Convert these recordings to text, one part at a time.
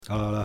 好了，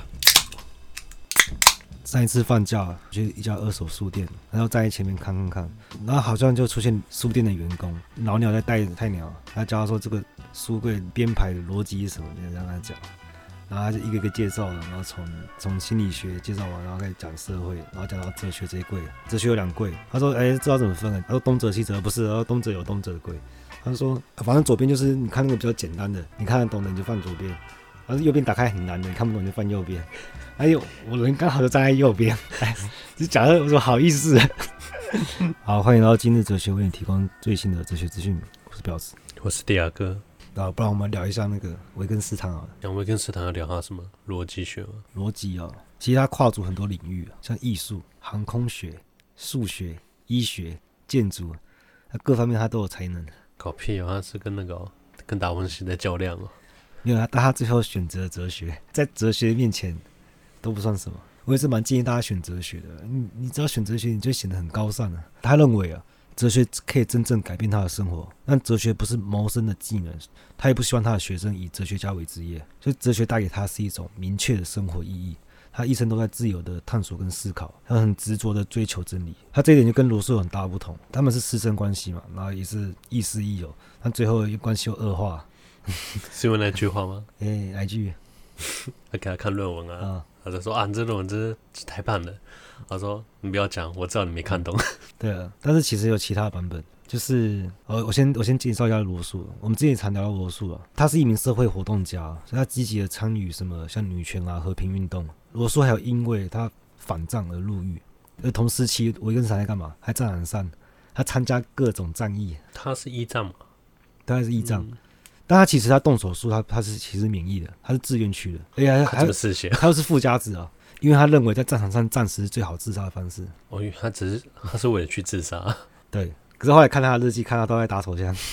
上一次放假去一家二手书店，然后站在前面看，然后好像就出现书店的员工老鸟在带菜鸟，他教他说这个书柜编排的逻辑是什么，就让他讲，然后他就一个一个介绍，然后从心理学介绍完，然后开始讲社会，然后讲到哲学这一柜，哲学有2柜，他说知道怎么分啊？他说东哲西哲不是，然后东哲有东哲的柜，他说反正左边就是你看那个比较简单的，你看得懂的你就放左边。然后右边打开很难的，你看不懂就放右边。哎呦，我人刚好就站在右边，就讲的我说好意思。好，欢迎来到今日哲学，为你提供最新的哲学资讯。我是彪子， 我是迪亚哥。 然后不然我们聊一下那个维根斯坦好了。 讲维根斯坦要聊他什么逻辑学吗？ 逻辑啊，其实他跨足很多领域啊，像艺术、航空学、数学、医学、建筑，各方面他都有才能。 搞屁哦，他是跟跟达文西在较量哦。 没有，但他最后选择哲学，在哲学面前都不算什么。我也是蛮建议大家选哲学的，你只要选哲学，你就显得很高尚了。他认为啊，哲学可以真正改变他的生活，但哲学不是谋生的技能，他也不希望他的学生以哲学家为职业，所以哲学带给他是一种明确的生活意义。他一生都在自由的探索跟思考，他很执着的追求真理。他这一点就跟罗素有很大的不同，他们是师生关系嘛，然后也是亦师亦友，但最后关系又恶化。 是因为那句话吗？ 哪句？ 他给他看论文啊，他就说啊，你这论文真是太棒了。他说你不要讲，我知道你没看懂。 对啊，但是其实有其他的版本，就是我先介绍一下罗素。我们之前也常聊到罗素了，他是一名社会活动家，所以他积极的参与什么像女权啊、和平运动。罗素还有因为他反战而入狱，而同时期维根斯坦在干嘛？还战场上，他参加各种战役。 他是医战嘛？ 大概是医战。但他其实他动手术，他是其实免疫的，他是自愿去的，而且他怎么嗜血？ 他又是富家子啊，因为他认为在战场上战时是最好自杀的方式。 哦，因为他是为了去自杀。 对，可是后来看他的日记，看他都在打手枪。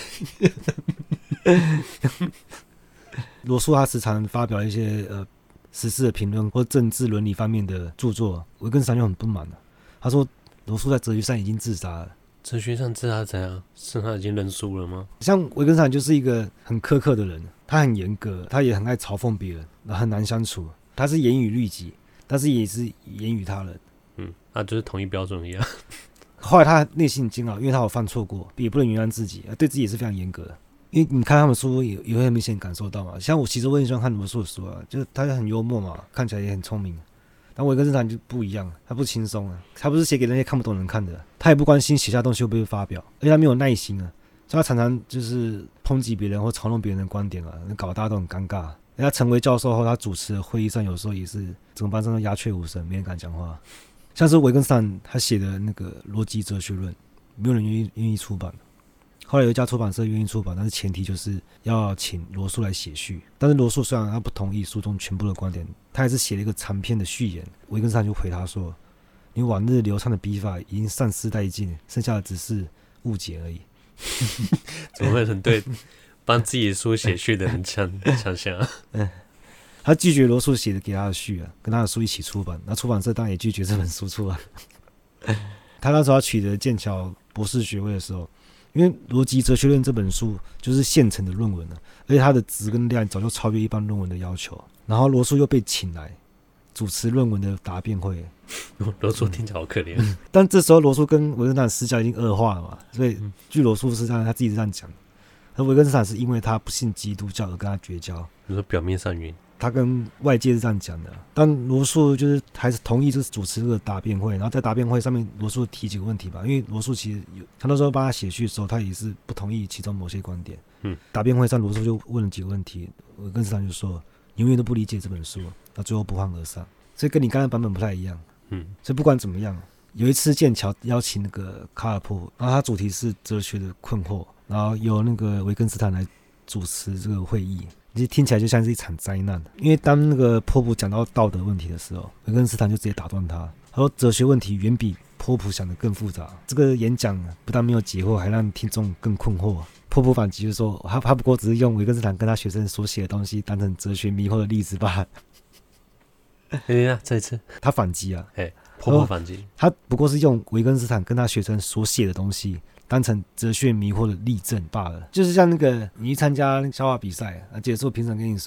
罗素他时常发表一些时事的评论或政治伦理方面的著作，维根斯坦就很不满了。他说罗素在哲学上已经自杀了。 哲学上自杀怎样？是他已经认输了吗？ 像维根斯坦就是一个很苛刻的人，他很严格，他也很爱嘲讽别人，很难相处。他是严于律己，但是也是严于他人。 就是统一标准一样。 后来他内心很煎熬，因为他有犯错过，也不能原谅自己，对自己也是非常严格的。因为你看他们书也会很明显感受到嘛。像我其实我很喜欢看罗素的书啊，就是他很幽默嘛，看起来也很聪明。但维根斯坦就不一样，他不轻松啊，他不是写给那些看不懂人看的，他也不关心写下东西会不会发表，而且他没有耐心啊，所以他常常就是抨击别人或嘲弄别人的观点啊，搞得大家都很尴尬。他成为教授后，他主持的会议上有时候也是整个班上都鸦雀无声，没人敢讲话。像是维根斯坦他写的那个《逻辑哲学论》，没有人愿意出版。后来有一家出版社愿意出版，但是前提就是要请罗素来写序。但是罗素虽然他不同意书中全部的观点，他还是写了一个长篇的序言。维根斯坦就回他说：“你往日流畅的笔法已经丧失殆尽，剩下的只是误解而已。” 怎么会很对帮自己的书写序的人强项啊？ 他拒绝罗素写的给他的序啊，跟他的书一起出版。那出版社当然也拒绝这本书出版。他那时候取得剑桥博士学位的时候。因为《逻辑哲学论》这本书就是现成的论文了，而且它的值跟量早就超越一般论文的要求。然后罗素又被请来主持论文的答辩会。 罗素听起来好可怜。 但这时候罗素跟维根斯坦私交已经恶化了嘛，所以据罗素是这样，他自己是这样讲的。而维根斯坦是因为他不信基督教而跟他绝交。 你说表面上原因？ 他跟外界是这样讲的，但罗素就是还是同意就是主持这个答辩会，然后在答辩会上面罗素提几个问题吧，因为罗素其实他那时候帮他写序的时候，他也是不同意其中某些观点。答辩会上罗素就问了几个问题，维根斯坦就说永远都不理解这本书，那最后不欢而散，所以跟你刚才版本不太一样。所以不管怎么样，有一次剑桥邀请那个卡尔波，然后他主题是哲学的困惑，然后由那个维根斯坦来主持这个会议。其实听起来就像是一场灾难，因为当那个波普讲到道德问题的时候，维根斯坦就直接打断他，他说哲学问题远比波普想的更复杂，这个演讲不但没有解惑，还让听众更困惑。波普反击就说他不过只是用维根斯坦跟他学生所写的东西当成哲学迷惑的例子罢了。 再一次他反击啊， 波普反击， 他不过是用维根斯坦跟他学生所写的东西当成哲学迷惑的例证罢了。就是像那个你去参加消化比赛，结束评审跟你说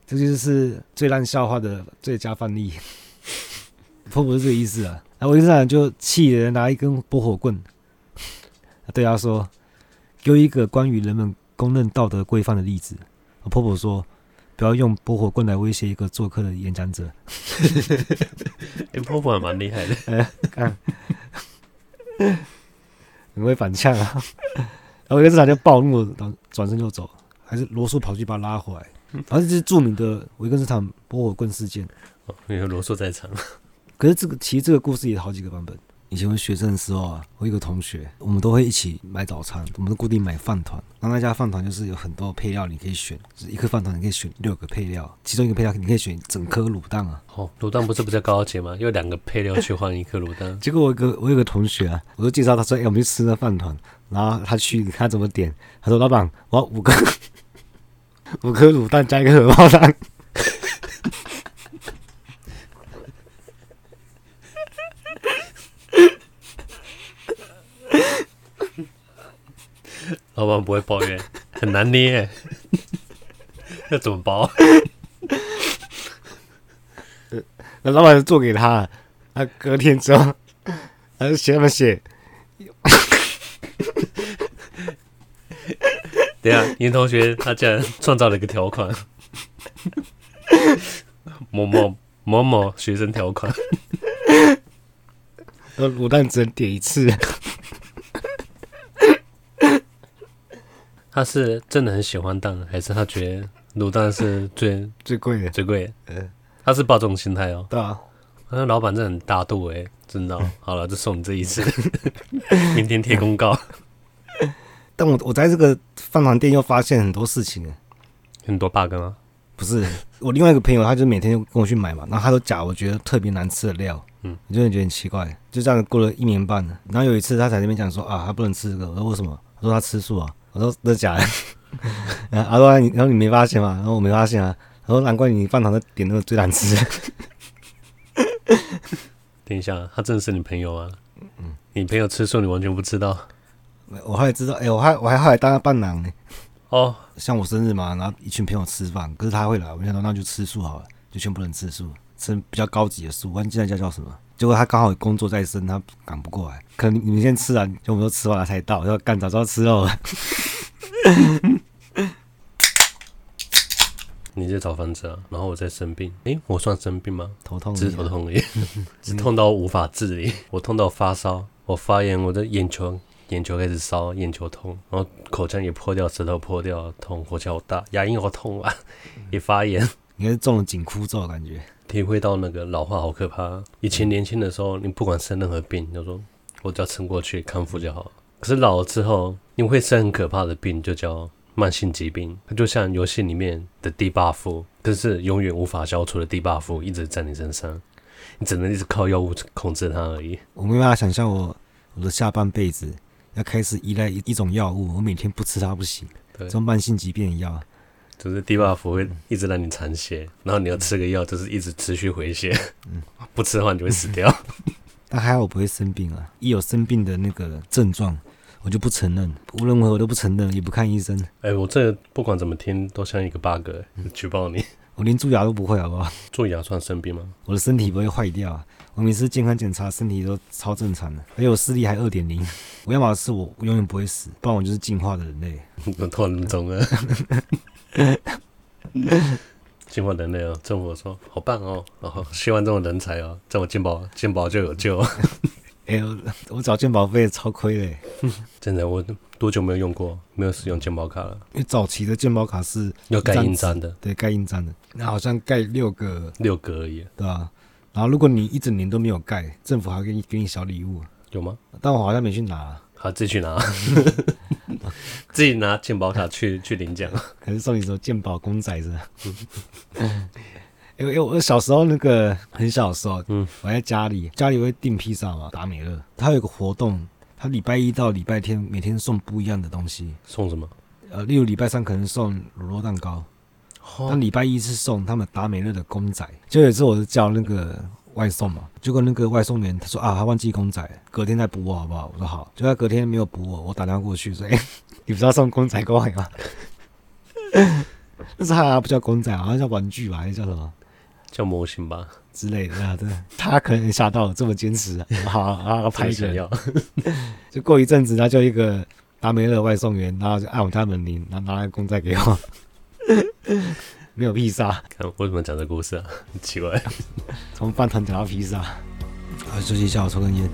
这就是最烂笑话的最佳范例。婆婆是这个意思啊。然后维根斯坦就气人，拿一根拨火棍，对他说：“给我一个关于人们公认道德规范的例子。”婆婆说：“不要用拨火棍来威胁一个做客的演讲者。” 婆婆还蛮厉害的， 看，很会反呛啊。然后维根斯坦就暴怒了，转身就走，还是罗素跑去把他拉回来。然后这是著名的维根斯坦拨火棍事件。 因为罗素在场。 可是其实这个故事也有好几个版本。以前我学生的时候啊，我有一个同学，我们都会一起买早餐，我们都固定买饭团。然后那家饭团就是有很多配料，你可以选，就是一颗饭团你可以选6个配料，其中一个配料你可以选整颗卤蛋啊。 卤蛋不是比较高级吗？用2个配料去换一颗卤蛋。 结果我有个同学啊，我就介绍他说：“我们去吃那饭团。”然后他去看怎么点，他说：“老板，我要5颗卤蛋加1个荷包蛋。” 老板不会抱怨，很难捏耶，要怎么包？ 那老板做给他，他隔天之后，他就写那么写。 等一下，你同学他竟然创造了一个条款，某某学生条款， 卤蛋只能点1次。 他是真的很喜欢蛋，还是他觉得卤蛋是最贵的？ 最贵的？他是抱这种心态哦。 对啊， 那老板真的很大度哎，真的哦。好了，就送你这1次，明天贴公告。 但我在这个饭团店又发现很多事情哎， 很多 bug 吗？ 不是，我另外一个朋友，他就每天就跟我去买嘛，然后他都夹我觉得特别难吃的料，我就觉得很奇怪，就这样过了1年半了。然后有一次他在那边讲说啊，他不能吃这个，我说为什么？他说他吃素啊。我说真的假的？他说然后你没发现吗？然后我没发现啊。他说难怪你饭堂都点那个最难吃的。 等一下，他真的是你朋友啊？你朋友吃素，你完全不知道？ 我后来知道，我还后来当他伴郎呢。 哦， 像我生日嘛，然后一群朋友吃饭，可是他会来，我想说那就吃素好了，就全部人吃素，吃比较高级的素，忘记那家叫什么。结果他刚好工作在身，他赶不过来，可能你们先吃啊，就我们都吃完了才到，要干早知道吃肉了。 你在找饭吃啊，然后我在生病。我算生病吗？ 头痛， 只是头痛而已，只痛到无法自理。我痛到发烧，我发炎，我的眼球开始烧，眼球痛，然后口腔也破掉，舌头破掉，痛，火气好大，牙龈好痛啊，也发炎。 应该是中了紧箍咒的感觉。 体会到那个老化好可怕。以前年轻的时候，你不管生任何病，就说我只要撑过去，康复就好。可是老了之后，你会生很可怕的病，就叫慢性疾病。它就像游戏里面的地buff，可是永远无法消除的地buff一直在你身上，你只能一直靠药物控制它而已。 我没办法想象我的下半辈子要开始依赖一种药物，我每天不吃它不行。这种慢性疾病的药。 就是地 buff 会一直让你残血，然后你要吃个药，就是一直持续回血，不吃的话你就会死掉。 但还好我不会生病啊，一有生病的那个症状，我就不承认，无论如何我都不承认，也不看医生。 我这不管怎么听都像一个 bug，举报你。 我连蛀牙都不会，好不好？ 蛀牙算生病吗？ 我的身体不会坏掉，我每次健康检查身体都超正常的，而且我视力还2.0。我要么是我永远不会死，不然我就是进化的人类。 我突然那么重啊！进化人类哦，政府说好棒哦，然后希望这种人才哦，在我健保就有救。 我找健保费超亏嘞。 真的，我多久没有用过，没有使用健保卡了？ 因为早期的健保卡是要盖印章的， 对，盖印章的，那好像盖6个而已， 对吧？然后如果你一整年都没有盖，政府还会给你小礼物， 有吗？ 但我好像没去拿。 好，自己去拿，自己拿健保卡去领奖。 可是送你什么健保公仔是吧？因为我小时候那个很小的时候，我在家里会订披萨嘛，达美乐，它有个活动，它礼拜一到礼拜天每天送不一样的东西。 送什么？ 例如礼拜三可能送乳酪蛋糕，但礼拜一是送他们达美乐的公仔。就有一次我是叫那个外送嘛，结果那个外送员他说啊，他忘记公仔，隔天再补我好不好？我说好，就他隔天没有补我，我打电话过去说，你不是要送公仔过来吗？ 那是他不叫公仔，好像叫玩具吧，还是叫什么？ 叫模型吧之类的啊，对，他可能吓到这么坚持，好拍一个，就过一阵子，他就一个达美乐外送员，然后就按我家门铃，然后拿来公仔给我，没有披萨。 为什么讲这故事啊？很奇怪， 从饭团讲到披萨，休息一下，我抽根烟。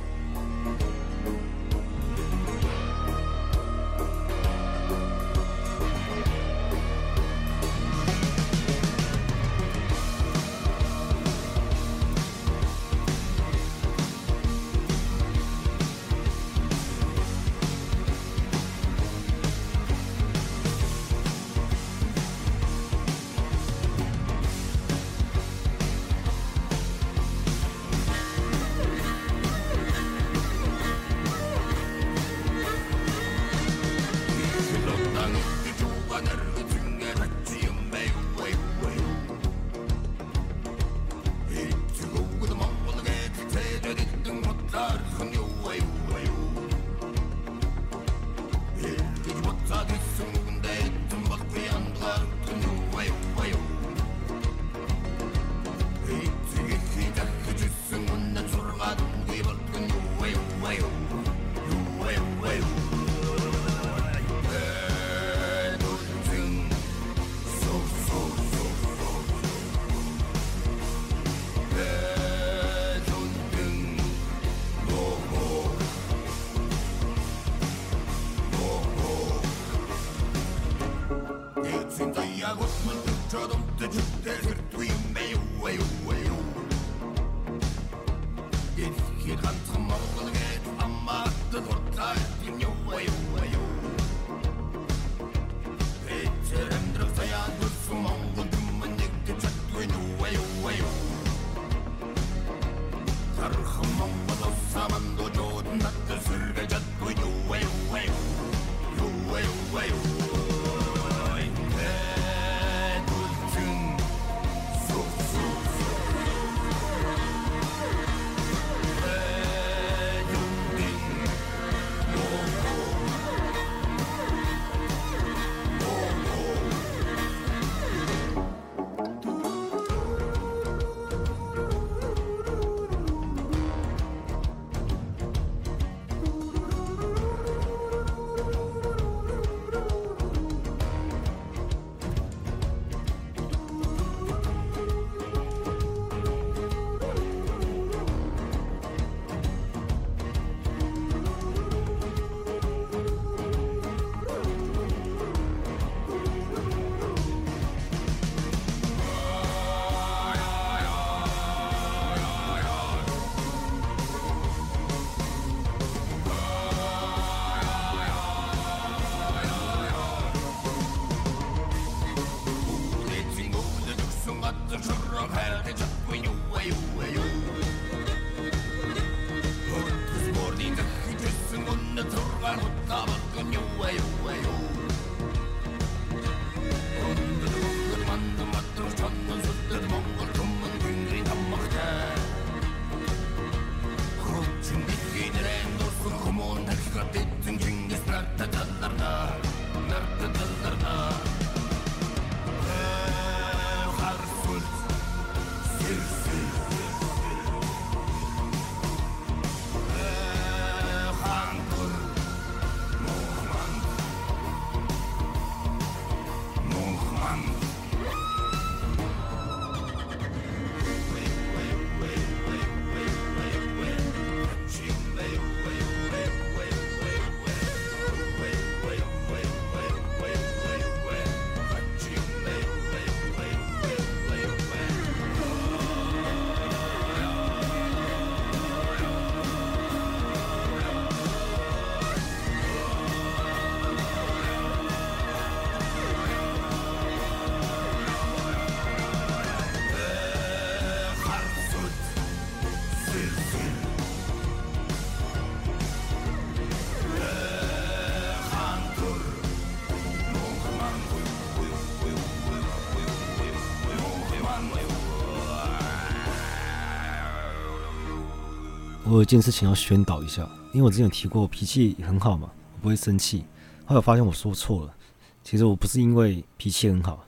我有一件事情要宣导一下，因为我之前有提过我脾气很好嘛，我不会生气。后来我发现我说错了，其实我不是因为脾气很好，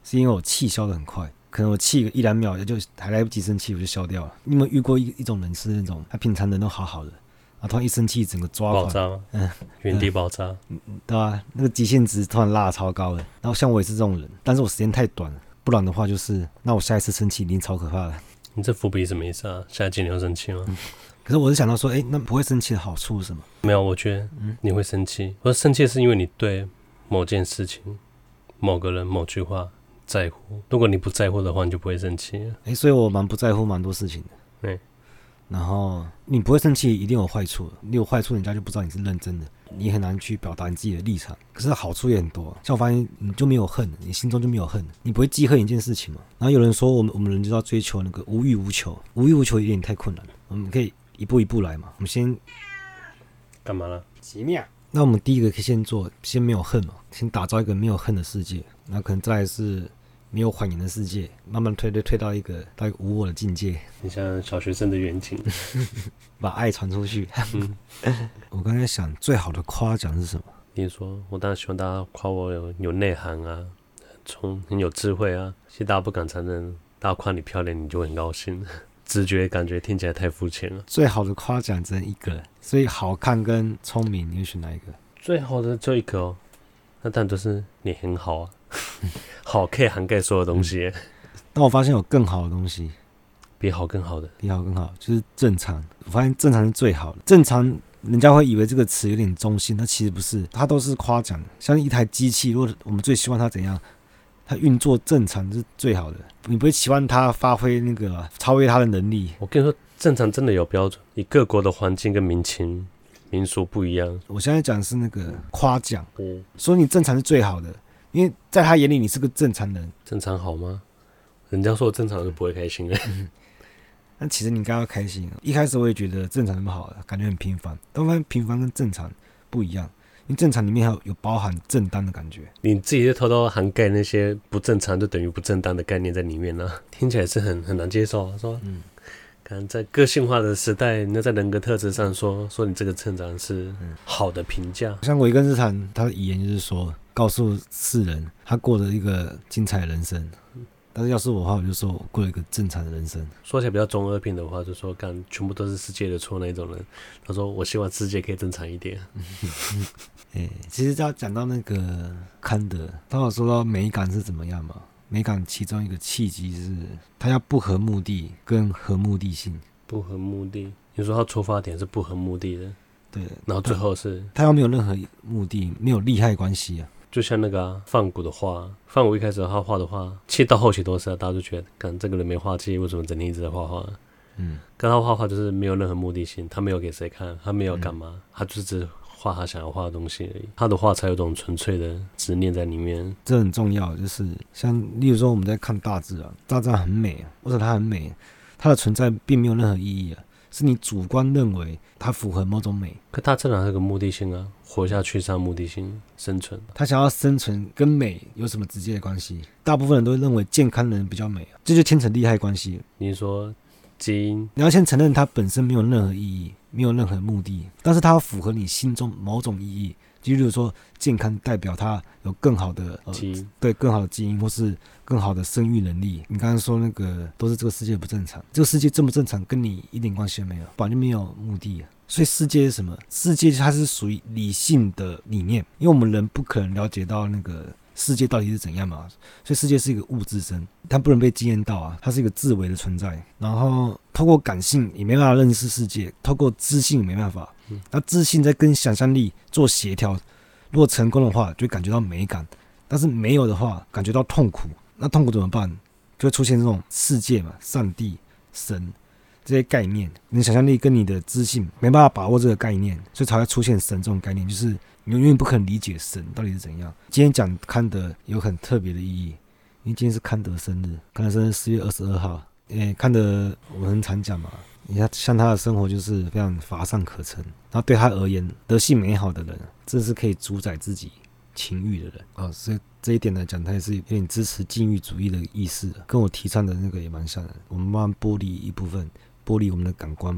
是因为我气消得很快，可能我气个1-2秒就还来不及生气我就消掉了。你有没有遇过一种人是那种他平常人都好好的，然后突然一生气整个抓狂， 爆炸吗？原地爆炸， 对吧？那个极限值突然拉超高的。然后像我也是这种人，但是我时间太短了，不然的话就是那我下一次生气一定超可怕的。 你这伏笔什么意思啊？下一季你会生气吗？ 可是我是想到说，那不会生气的好处是什么？ 没有，我觉得你会生气。我生气是因为你对某件事情、某个人、某句话在乎。如果你不在乎的话，你就不会生气了。 所以我蛮不在乎蛮多事情的。 对。 然后你不会生气，一定有坏处。你有坏处，人家就不知道你是认真的，你很难去表达你自己的立场。可是好处也很多，像我发现你就没有恨，你心中就没有恨，你不会记恨一件事情嘛。然后有人说我们人就要追求那个无欲无求，无欲无求有点太困难了，我们可以一步一步来嘛。我们先干嘛了？ 几秒。那我们第一个可以先没有恨嘛，先打造一个没有恨的世界，然后可能再来是没有谎言的世界，慢慢推到一个无我的境界。 你像小学生的远景， 把爱传出去。我刚才想，最好的夸奖是什么？ 你说，我当然希望大家夸我有内涵啊，很有智慧啊。其实大家不敢承认，大家夸你漂亮，你就会很高兴。直觉感觉听起来太肤浅了。 最好的夸奖只能一个，所以好看跟聪明，你会选哪一个？ 最好的就一个哦，那当然就是你很好啊，好可以涵盖所有东西。 但我发现有更好的东西， 比好更好的， 比好更好，就是正常。我发现正常是最好的。正常人家会以为这个词有点中性，但其实不是，它都是夸奖。像一台机器，如果我们最希望它怎样，它运作正常是最好的。你不会期望它发挥那个超越它的能力。 我跟你说，正常真的有标准，以各国的环境跟民情民俗不一样。 我现在讲的是那个夸奖，说你正常是最好的，因为在他眼里你是个正常人。 正常好吗？人家说我正常就不会开心了。 但其实你应该要开心。一开始我也觉得正常那么好，感觉很平凡，但我发现平凡跟正常不一样，因为正常里面还有包含正当的感觉。 你自己就偷偷涵盖那些不正常就等于不正当的概念在里面了，听起来是很难接受。说，可能在个性化的时代，那在人格特质上说你这个成长是好的评价。 像维根斯坦，他的遗言就是说，告诉世人他过了一个精彩的人生。但是要是我的话，我就说我过了一个正常的人生。 说起来比较中二病的话，就说全部都是世界的错那种人。他说我希望世界可以正常一点。 其实要讲到那个康德，他有说到美感是怎么样嘛？美感其中一个契机是他要不合目的跟合目的性。不合目的， 你说他出发点是不合目的的， 对， 然后最后是他要没有任何目的，没有利害关系啊。 就像那个梵谷的画，梵谷一开始他画的画，其实到后期都是大家就觉得，这个人没画技，为什么整天一直在画画？跟他画画就是没有任何目的性，他没有给谁看，他没有干嘛，他就只画他想要画的东西而已。他的画才有种纯粹的执念在里面， 这很重要。就是像例如说我们在看大自然，大自然很美，或者它很美，它的存在并没有任何意义啊，是你主观认为它符合某种美。 可大自然有个目的性啊，活下去是目的性，生存。 他想要生存跟美有什么直接的关系？大部分人都会认为健康的人比较美，这就牵扯利害关系。 你说基因， 你要先承认它本身没有任何意义，没有任何目的，但是它要符合你心中某种意义。就例如说，健康代表它有更好的基因， 对，更好的基因，或是更好的生育能力。你刚刚说那个都是这个世界不正常，这个世界正不正常跟你一点关系都没有，本来就没有目的啊。所以世界是什么？世界它是属于理性的理念，因为我们人不可能了解到那个世界到底是怎样嘛，所以世界是一个物质身，它不能被经验到啊，它是一个自为的存在。然后透过感性也没办法认识世界，透过知性也没办法。那知性在跟想象力做协调，如果成功的话，就会感觉到美感；但是没有的话，感觉到痛苦。那痛苦怎么办？就会出现这种世界嘛，上帝、神这些概念，你的想象力跟你的知性没办法把握这个概念，所以才会出现神这种概念，就是你永远不可能理解神到底是怎样。今天讲康德有很特别的意义，因为今天是康德生日，康德生日4月22号。康德我们很常讲嘛，你看像他的生活就是非常乏善可陈，然后对他而言，德性美好的人，这是可以主宰自己情欲的人所以这一点来讲，他也是有点支持禁欲主义的意识的，跟我提倡的那个也蛮像的。我们慢慢剥离一部分，剥离我们的感官嘛，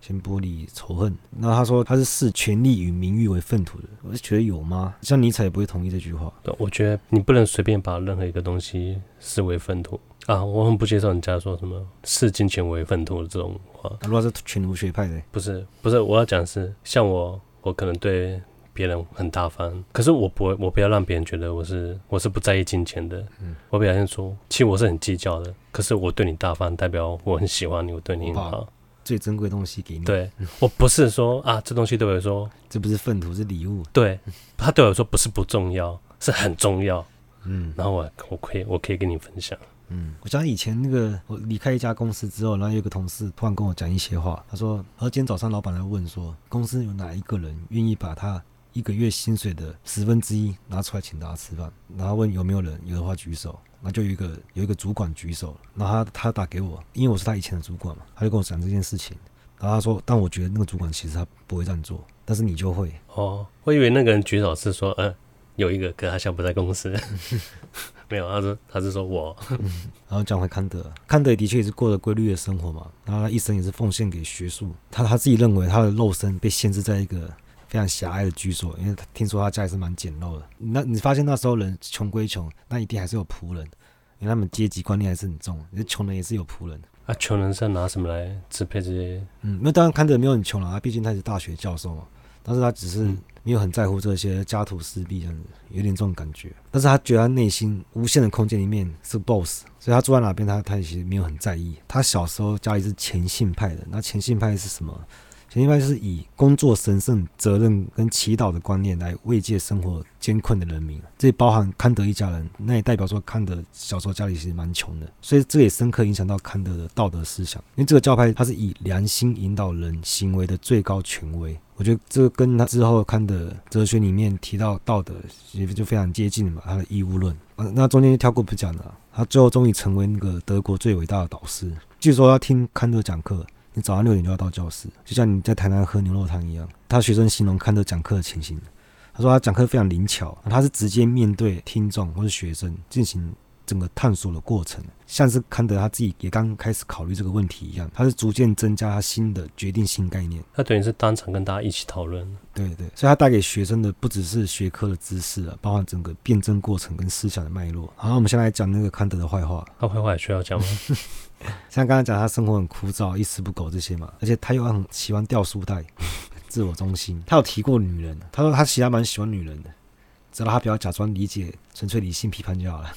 先剥离仇恨。那他说他是视权力与名誉为粪土的，我是觉得有吗？像尼采也不会同意这句话。 对，我觉得你不能随便把任何一个东西视为粪土啊！我很不接受人家说什么视金钱为粪土的这种话。 如果是全儒学派的， 不是，我要讲的是，像我可能对别人很大方，可是我不要让别人觉得我是不在意金钱的。我表现出其实我是很计较的，可是我对你大方，代表我很喜欢你，我对你很好。 最珍贵的东西给你。对， 我不是说啊，这东西对我来说，这不是粪土，是礼物。 对，他对我来说不是不重要，是很重要。然后我可以跟你分享。 我想以前我离开一家公司之后，然后有一个同事突然跟我讲一些话，他说，今天早上老板来问说，公司有哪一个人愿意把他1个月薪水的1/10拿出来请大家吃饭，然后问有没有人，有的话举手。然后就有一个主管举手，然后他打给我，因为我是他以前的主管嘛，他就跟我讲这件事情。然后他说，但我觉得那个主管其实他不会这样做，但是你就会。 哦，我以为那个人举手是说，有一个，可他现在不在公司。没有，他是说我。 然后讲回康德也的确也是过着规律的生活嘛，然后他一生也是奉献给学术。他自己认为他的肉身被限制在一个非常狭隘的居所，因为听说他家也是蛮简陋的。那你发现那时候人穷归穷，那一定还是有仆人，因为他们阶级观念还是很重，穷人也是有仆人。 穷人是要拿什么来支配这些？ 那当然康德没有很穷啦，他毕竟他是大学教授嘛，但是他只是没有很在乎这些家徒四壁这样子，有点这种感觉。但是他觉得他内心无限的空间里面是 boss， 所以他住在哪边他其实没有很在意。他小时候家里是虔信派的，那虔信派是什么？虔信派就是以工作神圣、责任跟祈祷的观念来慰藉生活艰困的人民，这也包含康德一家人，那也代表说康德小时候家里其实蛮穷的，所以这也深刻影响到康德的道德思想。因为这个教派它是以良心引导人行为的最高权威，我觉得这个跟他之后康德哲学里面提到道德也就非常接近了嘛，他的义务论。那中间就跳过不讲了，他最后终于成为那个德国最伟大的导师。据说要听康德讲课，你早上6点就要到教室，就像你在台南喝牛肉汤一样。他学生形容康德讲课的情形，他说他讲课非常灵巧，他是直接面对听众或是学生进行整个探索的过程，像是康德他自己也刚开始考虑这个问题一样，他是逐渐增加他新的决定性概念。 他等于是当场跟大家一起讨论。 对，所以他带给学生的不只是学科的知识包含整个辩证过程跟思想的脉络。好，我们先来讲那个康德的坏话。 他坏话也需要讲吗？ 像刚才讲他生活很枯燥，一丝不苟这些嘛，而且他又很喜欢掉书袋，自我中心。他有提过女人，他说他其实蛮喜欢女人的，只要他不要假装理解，纯粹理性批判就好了。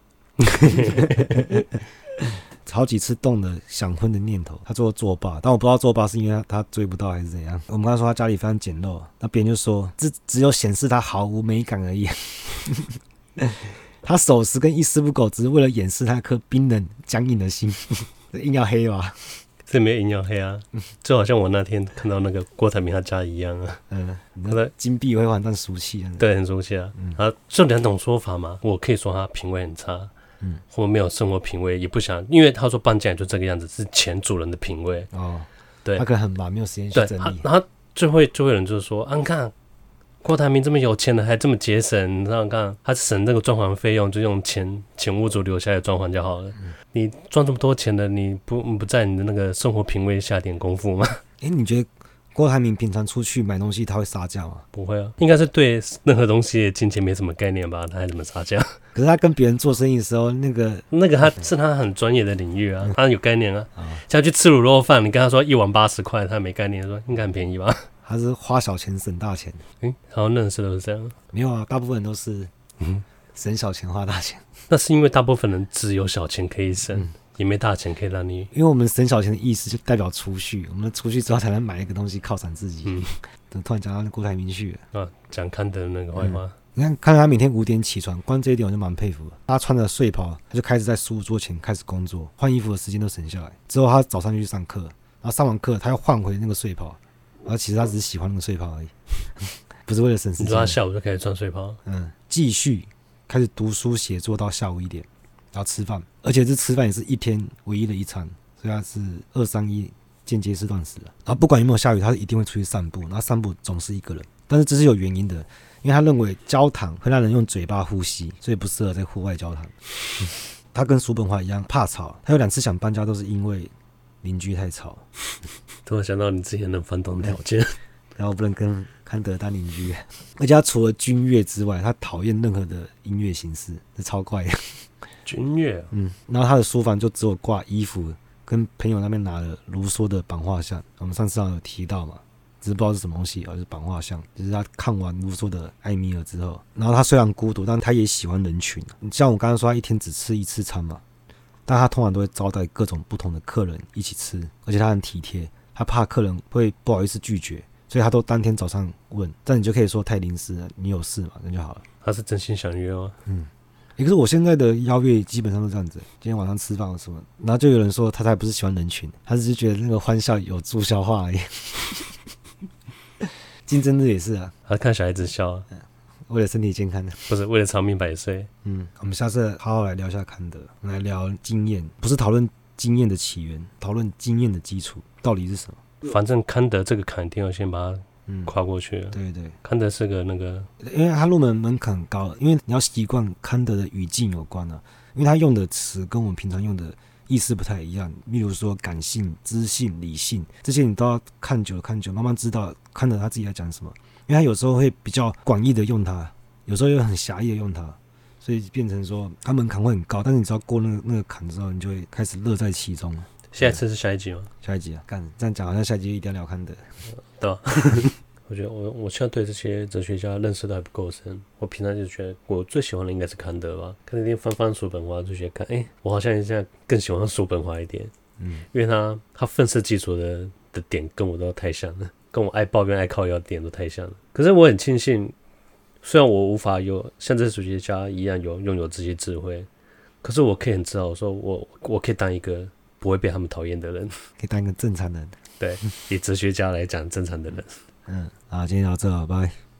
好几次动了想婚的念头，他做作罢，但我不知道作罢是因为他追不到还是怎样。我们刚才说他家里非常简陋，那别人就说这只有显示他毫无美感而已。他守时跟一丝不苟，只是为了掩饰他那颗冰冷僵硬的心。硬要黑吧？ 这没有硬要黑啊，就好像我那天看到那个郭台铭他家一样啊。 他的金碧辉煌但俗气。 对，很俗气啊。就2种说法嘛，我可以说他品味很差，或没有生活品味，也不想，因为他说搬进来就这个样子，是前主人的品味。对， 他可能很忙，没有时间去整理。 然后就会有人就是说，你看郭台铭这么有钱的还这么节省，你想看他省这个装潢费用，就用前屋主留下来的装潢就好了。你赚这么多钱的，你不在你的那个生活品味下点功夫吗？ 你觉得郭台铭平常出去买东西他会杀价吗？ 不会啊，应该是对任何东西的金钱没什么概念吧，他还怎么杀价？ 可是他跟别人做生意的时候，那个他是他很专业的领域啊，他有概念啊。像去吃卤肉饭，你跟他说1碗80块，他没概念，说应该很便宜吧？他是花小钱省大钱。 好像认识都是这样。 没有啊，大部分人都是省小钱花大钱。 那是因为大部分人只有小钱可以省，也没大钱可以让你。 因为我们省小钱的意思就代表储蓄，我们储蓄之后才能买一个东西犒赏自己。突然讲到郭台铭去了讲康德那个坏话。 你看他每天5点起床，光这一点我就蛮佩服的。他穿着睡袍，他就开始在书桌前开始工作，换衣服的时间都省下来。之后他早上就去上课，然后上完课他要换回那个睡袍，然后其实他只是喜欢那个睡袍而已，不是为了省时间。 你说他下午就开始穿睡袍？ 继续开始读书写作到下午1点，然后吃饭，而且这吃饭也是一天唯一的一餐，所以他是231间接式断食了。然后不管有没有下雨，他一定会出去散步，然后散步总是一个人，但是这是有原因的，因为他认为交谈会让人用嘴巴呼吸，所以不适合在户外交谈。他跟叔本华一样怕吵，他有2次想搬家都是因为邻居太吵， 突然想到你之前能翻动的条件， 然后不能跟康德当邻居。而且他除了军乐之外，他讨厌任何的音乐形式，这超怪的。 军乐， 然后他的书房就只有挂衣服，跟朋友那边拿了卢梭的版画像，我们上次有提到嘛，只是不知道是什么东西，就是版画像，就是他看完卢梭的《艾米尔》之后，然后他虽然孤独，但他也喜欢人群。像我刚刚说，他一天只吃一次餐嘛，但他通常都会招待各种不同的客人一起吃，而且他很体贴，他怕客人会不好意思拒绝，所以他都当天早上问，但你就可以说太临时了，你有事嘛，那就好了。 他是真心想约吗？ 可是我现在的邀约基本上都这样子，今天晚上吃饭或什么，然后就有人说他才不是喜欢人群，他只是觉得那个欢笑有助消化而已。竞争日也是啊， 他看小孩子笑啊， 为了身体健康的。 不是为了长命百岁。 我们下次好好来聊一下康德，我们来聊经验，不是讨论经验的起源，讨论经验的基础到底是什么。 反正康德这个坎一定要先把它跨过去了。 对对， 康德是个那个， 因为他入门门槛很高，因为你要习惯康德的语境有关啊，因为他用的词跟我们平常用的意思不太一样。例如说感性、知性、理性这些，你都要看久了，慢慢知道康德他自己在讲什么。因为他有时候会比较广义的用它，有时候又很狭义的用它，所以变成说他门槛会很高，但是你只要过那个坎之后，你就会开始乐在其中。 下一次是下一集吗？ 下一集啊，这样讲好像下一集一定要聊康德。 对啊。我觉得我现在对这些哲学家认识都还不够深。我平常就觉得我最喜欢的应该是康德吧。看那天翻叔本华就觉得我好像现在更喜欢叔本华一点。因为他愤世嫉俗的点跟我都太像了，跟我爱抱怨爱靠腰的点都太像了。可是我很庆幸，虽然我无法有像这些哲学家一样拥有这些智慧，可是我可以很自豪说我可以当一个不会被他们讨厌的人， 可以当一个正常人。 对，以哲学家来讲，正常的人。 好，今天到这了，拜。